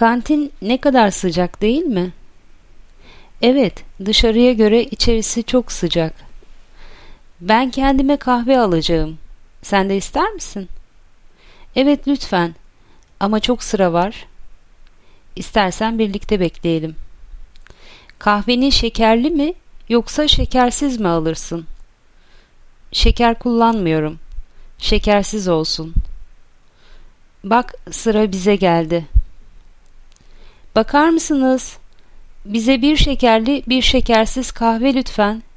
Kantin ne kadar sıcak değil mi? Evet, dışarıya göre içerisi çok sıcak. Ben kendime kahve alacağım. Sen de ister misin? Evet, lütfen. Ama çok sıra var. İstersen birlikte bekleyelim. Kahveni şekerli mi yoksa şekersiz mi alırsın? Şeker kullanmıyorum. Şekersiz olsun. Bak, sıra bize geldi. Bakar mısınız? Bize bir şekerli, bir şekersiz kahve lütfen.